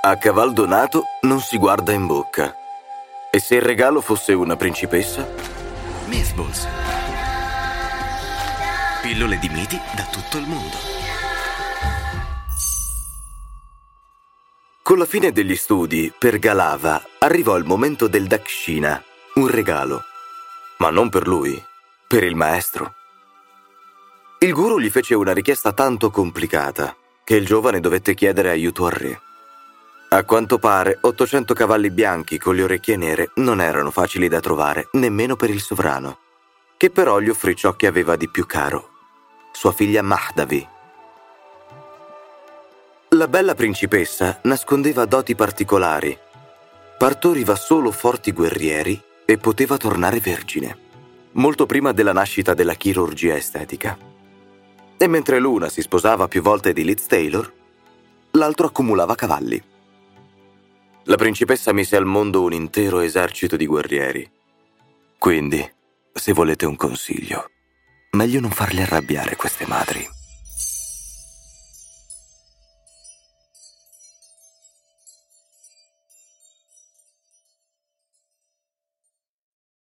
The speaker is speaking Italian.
A caval donato non si guarda in bocca. E se il regalo fosse una principessa? Mythballs. Pillole di miti da tutto il mondo. Con la fine degli studi, per Galava arrivò il momento del Dakshina, un regalo. Ma non per lui, per il maestro. Il guru gli fece una richiesta tanto complicata che il giovane dovette chiedere aiuto al re. A quanto pare, 800 cavalli bianchi con le orecchie nere non erano facili da trovare nemmeno per il sovrano, che però gli offrì ciò che aveva di più caro, sua figlia Mahdavi. La bella principessa nascondeva doti particolari, partoriva solo forti guerrieri e poteva tornare vergine, molto prima della nascita della chirurgia estetica. E mentre l'una si sposava più volte di Liz Taylor, l'altro accumulava cavalli. La principessa mise al mondo un intero esercito di guerrieri. Quindi, se volete un consiglio, meglio non farle arrabbiare queste madri.